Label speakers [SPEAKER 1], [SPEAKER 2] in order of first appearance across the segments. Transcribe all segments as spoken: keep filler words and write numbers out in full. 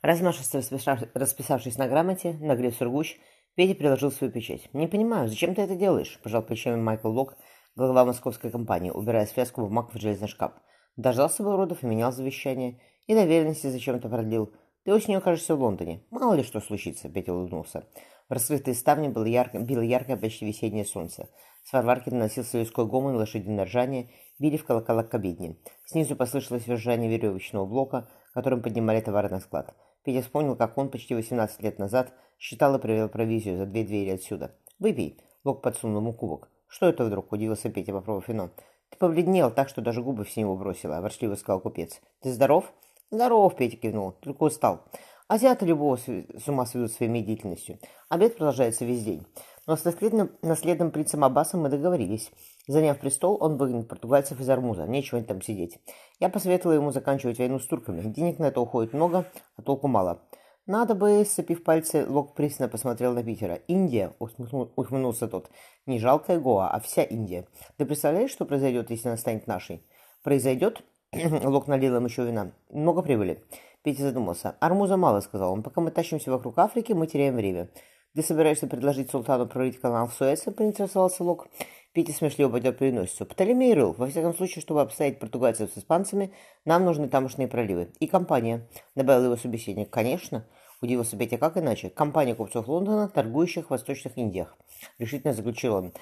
[SPEAKER 1] Размашисто расписав- расписавшись на грамоте, нагрев сургуч, Петя приложил свою печать. «Не понимаю, зачем ты это делаешь?» – пожал плечами Майкл Лок, глава московской компании, убирая связку бумаг в железный шкаф. Дождался бы уродов и менял завещание. И доверенности зачем-то продлил. «Ты осенью окажешься в Лондоне. Мало ли что случится», – Петя улыбнулся. В раскрытые ставни было ярко, било яркое, почти весеннее солнце. С фарварки доносился людской гомон и лошадиное ржание, били в колокола к обедне. Снизу послышалось визжание веревочного блока, которым поднимали товары на склад. Петя вспомнил, как он почти восемнадцать лет назад считал и проверял провизию за две двери отсюда. «Выпей!» — Лок подсунул ему кубок. «Что это вдруг?» — удивился Петя, попробовав вино. «Ты побледнел так, что даже губы в синеву бросила», — ворчливо сказал купец. «Ты здоров?» «Здоров!» — Петя кивнул. «Только устал. Азиаты любого с ума сведут своей медлительностью. Обед продолжается весь день. Но с наследным, наследным принцем Аббасом мы договорились. Заняв престол, он выгонит португальцев из Армуза. Нечего им там сидеть. Я посоветовал ему заканчивать войну с турками. Денег на это уходит много, а толку мало. Надо бы, сцепив пальцы, Лок пристально посмотрел на Питера. «Индия», — ухмыльнулся тот. «Не жалкая Гоа, а вся Индия. Ты представляешь, что произойдет, если она станет нашей?» «Произойдет?» — Лок налил им еще вина. «Много прибыли». Петя задумался. «Армуза мало», — сказал он. «Пока мы тащимся вокруг Африки, мы теряем время». «Ты собираешься предложить султану прорыть канал в Суэце?» — поинтересовался Лок. Петя смешливо поднял переносицу. «Птолемей рыл. Во всяком случае, чтобы обстоять португальцев с испанцами, нам нужны тамошние проливы. И компания», — добавил его собеседник. «Конечно», — удивился Петя, — «как иначе? Компания купцов Лондона, торгующих в Восточных Индиях», — решительно заключил он.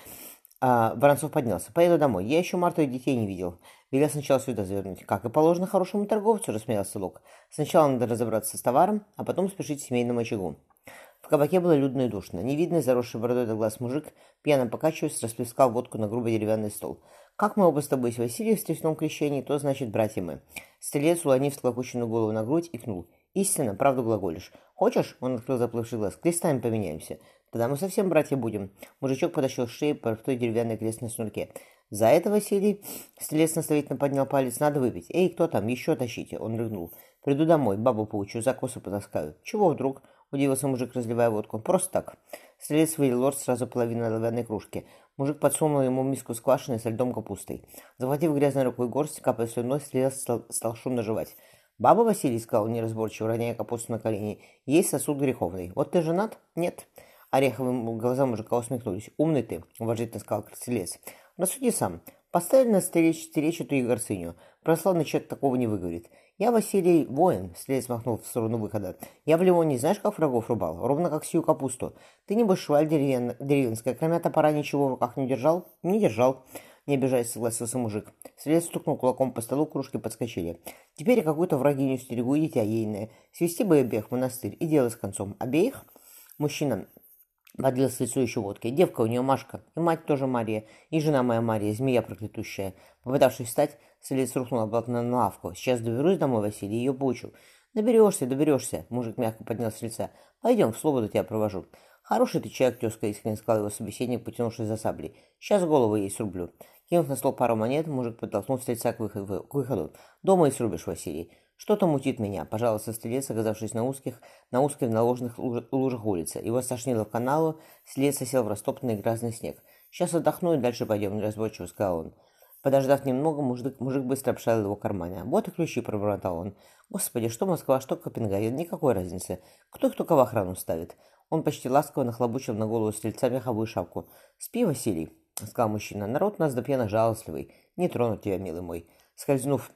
[SPEAKER 1] А, Воронцов поднялся. «Поеду домой. Я еще Марту и детей не видел. Велел сначала сюда завернуть». «Как и положено хорошему торговцу», — рассмеялся Лок. «Сначала надо разобраться с товаром, а потом спешить к семейному очагу». В кабаке было людно и душно. Невидный, заросший бородой до глаз мужик, пьяно покачиваясь, расплескал водку на грубый деревянный стол. «Как мы оба с тобой с Василием в стрясном крещении, то значит братья мы». Стрелец, улонив склокоченную голову на грудь, икнул. «Истинно, правду глаголишь. Хочешь?» — он открыл заплывший глаз. «Крестами поменяемся. Тогда мы совсем братья будем». Мужичок подошел к шее по той деревянной крестной снурке. «За это, Василий!» — стрелец наставительно поднял палец. «Надо выпить. Эй, кто там? Еще тащите!» Он рыгнул. «Приду домой, бабу поучу, за косу потаскаю». «Чего вдруг?» — удивился мужик, разливая водку. «Просто так». Стрелец вылил лорд сразу половину оловянной кружки. Мужик подсунул ему миску с квашеной со льдом капустой. Захватив грязной рукой горсть, капая слюной, стрелец стал, стал шумно жевать. «Баба, Василий, — сказал неразборчиво, роняя капусту на колени, — есть сосуд греховный. Вот ты женат?» «Нет». Ореховым глаза мужика усмехнулись. «Умный ты, — уважительно сказал стрелец. Рассуди сам. Поставили на стеречь, стеречь эту Егорциню. Прославный человек такого не выговорит. Я, Василий, воин, — стрелец махнул в сторону выхода. Я в Ливоне знаешь, как врагов рубал? Ровно как сию капусту. Ты, небось, шваль деревен... деревенская, кроме топора ничего в руках не держал?» «Не держал», — не обижаясь, согласился мужик. Стрелец стукнул кулаком по столу, кружки подскочили. «Теперь я какую-то врагиню стерегу, и дитя ейное. Свести бы обеих в монастырь, и дело с концом. Обеих?» Мужчина подлил с лицу еще водки. «Девка у нее Машка, и мать тоже Мария, и жена моя Мария, змея проклятущая». Попытавшись встать, стрелец рухнул обратно на лавку. «Сейчас доберусь домой, Василий, ее бучу». «Доберешься, доберешься», — мужик мягко поднял с лица. «Пойдем, в слободу тебя провожу». «Хороший ты человек, тезка», — искренне сказал его собеседник, потянувшись за саблей. «Сейчас голову ей срублю». Кинув на стол пару монет, мужик подтолкнул стрельца к выходу. К выходу. «Дома и срубишь, Василий». «Что-то мутит меня», — пожаловался стрелец, оказавшись на узких, на узкой наложенных лужах улице. Его стошнило к каналу, стрелец сел в растоптанный грязный снег. «Сейчас отдохну и дальше пойдем», — неразборчиво сказал он. Подождав немного, мужик, мужик быстро обшарил его кармане. «Вот и ключи», — пробормотал он. «Господи, что Москва, что Копенгаген, никакой разницы. Кто их только в охрану ставит?» Он почти ласково нахлобучил на голову стрельца меховую шапку. «Спи, Василий», — сказал мужчина. «Народ у нас до пьяна жалостливый. Не тронут тебя, милый мой». Скользнув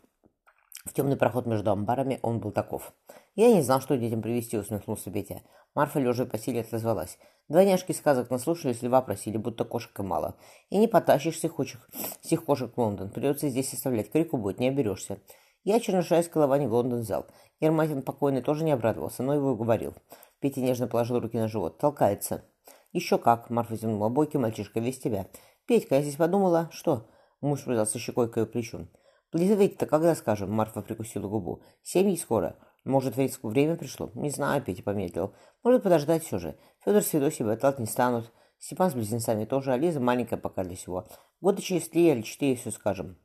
[SPEAKER 1] в темный проход между амбарами, он был таков. «Я не знал, что детям привезти», — усмехнулся Петя. Марфа, лежа в постели, отозвалась. «Двойняшки сказок наслушались, льва просили, будто кошек и мало. И не потащишь всех кошек, всех кошек в Лондон. Придется здесь оставлять. Крику будет, не оберешься». Я чернышайское лование в Лондон взял. Ерматин покойный тоже не обрадовался, но его уговорил. Петя нежно положил руки на живот. «Толкается». «Еще как», — Марфа зевнула. «Бойкий мальчишка, весь тебя». «Петька, я здесь подумала...» «Что?» — муж прижался щекой к ее плечу. «Лизавете-то когда скажем?» — Марфа прикусила губу. «Семьи скоро. Может, время пришло?» «Не знаю», — Петя помедлил. «Может, подождать все же. Федор с Федосией болтать не станут. Степан с близнецами тоже, а Лиза маленькая пока для всего. Года через три или четыре все скажем.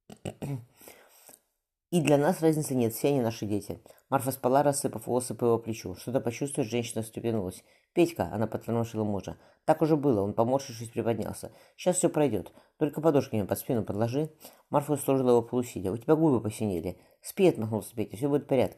[SPEAKER 1] И для нас разницы нет, все они наши дети». Марфа спала, рассыпав волосы по его плечу. Что-то почувствовав, женщина встрепенулась. «Петька», — она потормошила мужа. «Так уже было», — он, поморщившись, приподнялся. «Сейчас все пройдет. Только подушки мне под спину подложи». Марфа сложила его полусидя. «У тебя губы посинели». «Спи», — отмахнулся Петя, — «все будет в порядке».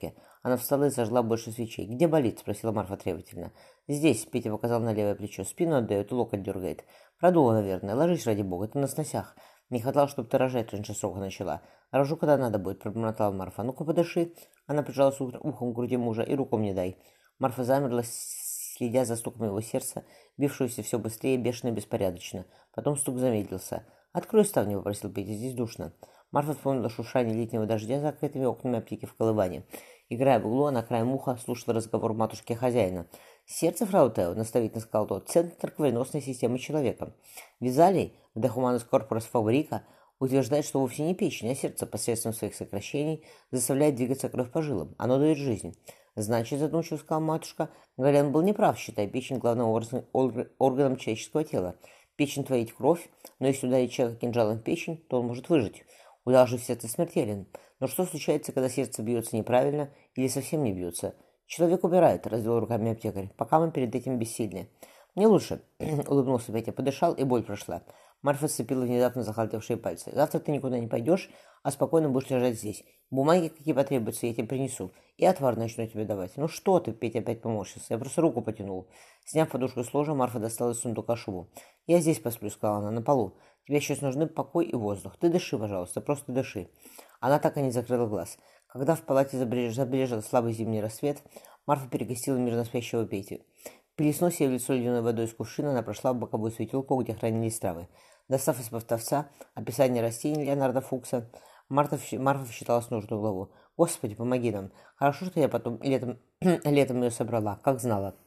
[SPEAKER 1] Она встала и зажгла больше свечей. «Где болит?» – спросила Марфа требовательно. «Здесь», – Петя показал на левое плечо. «Спину отдает и локоть дергает». «Продуло, наверное. Ложись, ради бога, ты на сносях. Не хватало, чтобы ты рожать раньше срока начала. Рожу, когда надо будет», – пробормотала Марфа. «Ну-ка, подыши». Она прижалась ухом к груди мужа. «И руком не дай». Марфа замерла, следя за стуком его сердца, бившегося все быстрее, бешено и беспорядочно. Потом стук замедлился. «Открой ставни», — попросил Петя, — «здесь душно». Марфа вспомнила шуршание летнего дождя за закрытыми окнами аптеки в колывании. Играя в углу, она краем уха слушала разговор матушки хозяина. «Сердце, фрау Тео», — наставительно сказал тот, — «центр кровеносной системы человека. Визалий, в De Humanus Corporis Fabrica, утверждает, что вовсе не печень, а сердце посредством своих сокращений заставляет двигаться кровь по жилам. Оно дает жизнь». «Значит, — задумчиво сказала матушка, — Гален был неправ, считая печень главным органом человеческого тела. Печень творит кровь, но если ударить человека кинжалом в печень, то он может выжить. Удар же в сердце смертелен. Но что случается, когда сердце бьется неправильно или совсем не бьется? Человек умирает», — развел руками аптекарь, — «пока мы перед этим бессильны». «Мне лучше», — улыбнулся Петя, подышал, и боль прошла. Марфа сцепила внезапно захалтевшие пальцы. «Завтра ты никуда не пойдешь, а спокойно будешь лежать здесь. Бумаги, какие потребуются, я тебе принесу. И отвар начну тебе давать». «Ну что ты?» — Петя опять поморщился. «Я просто руку потянул». Сняв подушку с ложа, Марфа достала из сундука шубу. «Я здесь посплю», — сказала она, — «на полу. Тебе сейчас нужны покой и воздух. Ты дыши, пожалуйста, просто дыши». Она так и не закрыла глаз. Когда в палате забрежил слабый зимний рассвет, Марфа перегостила мирно спящего Петю. Плеснув себе в лицо ледяной водой из кувшина, она прошла в боковую светелку, где хранились травы. Достав из поставца описание растений Леонарда Фукса, Марфа, Марфа считала нужную главу. «Господи, помоги нам! Хорошо, что я потом летом, летом ее собрала, как знала».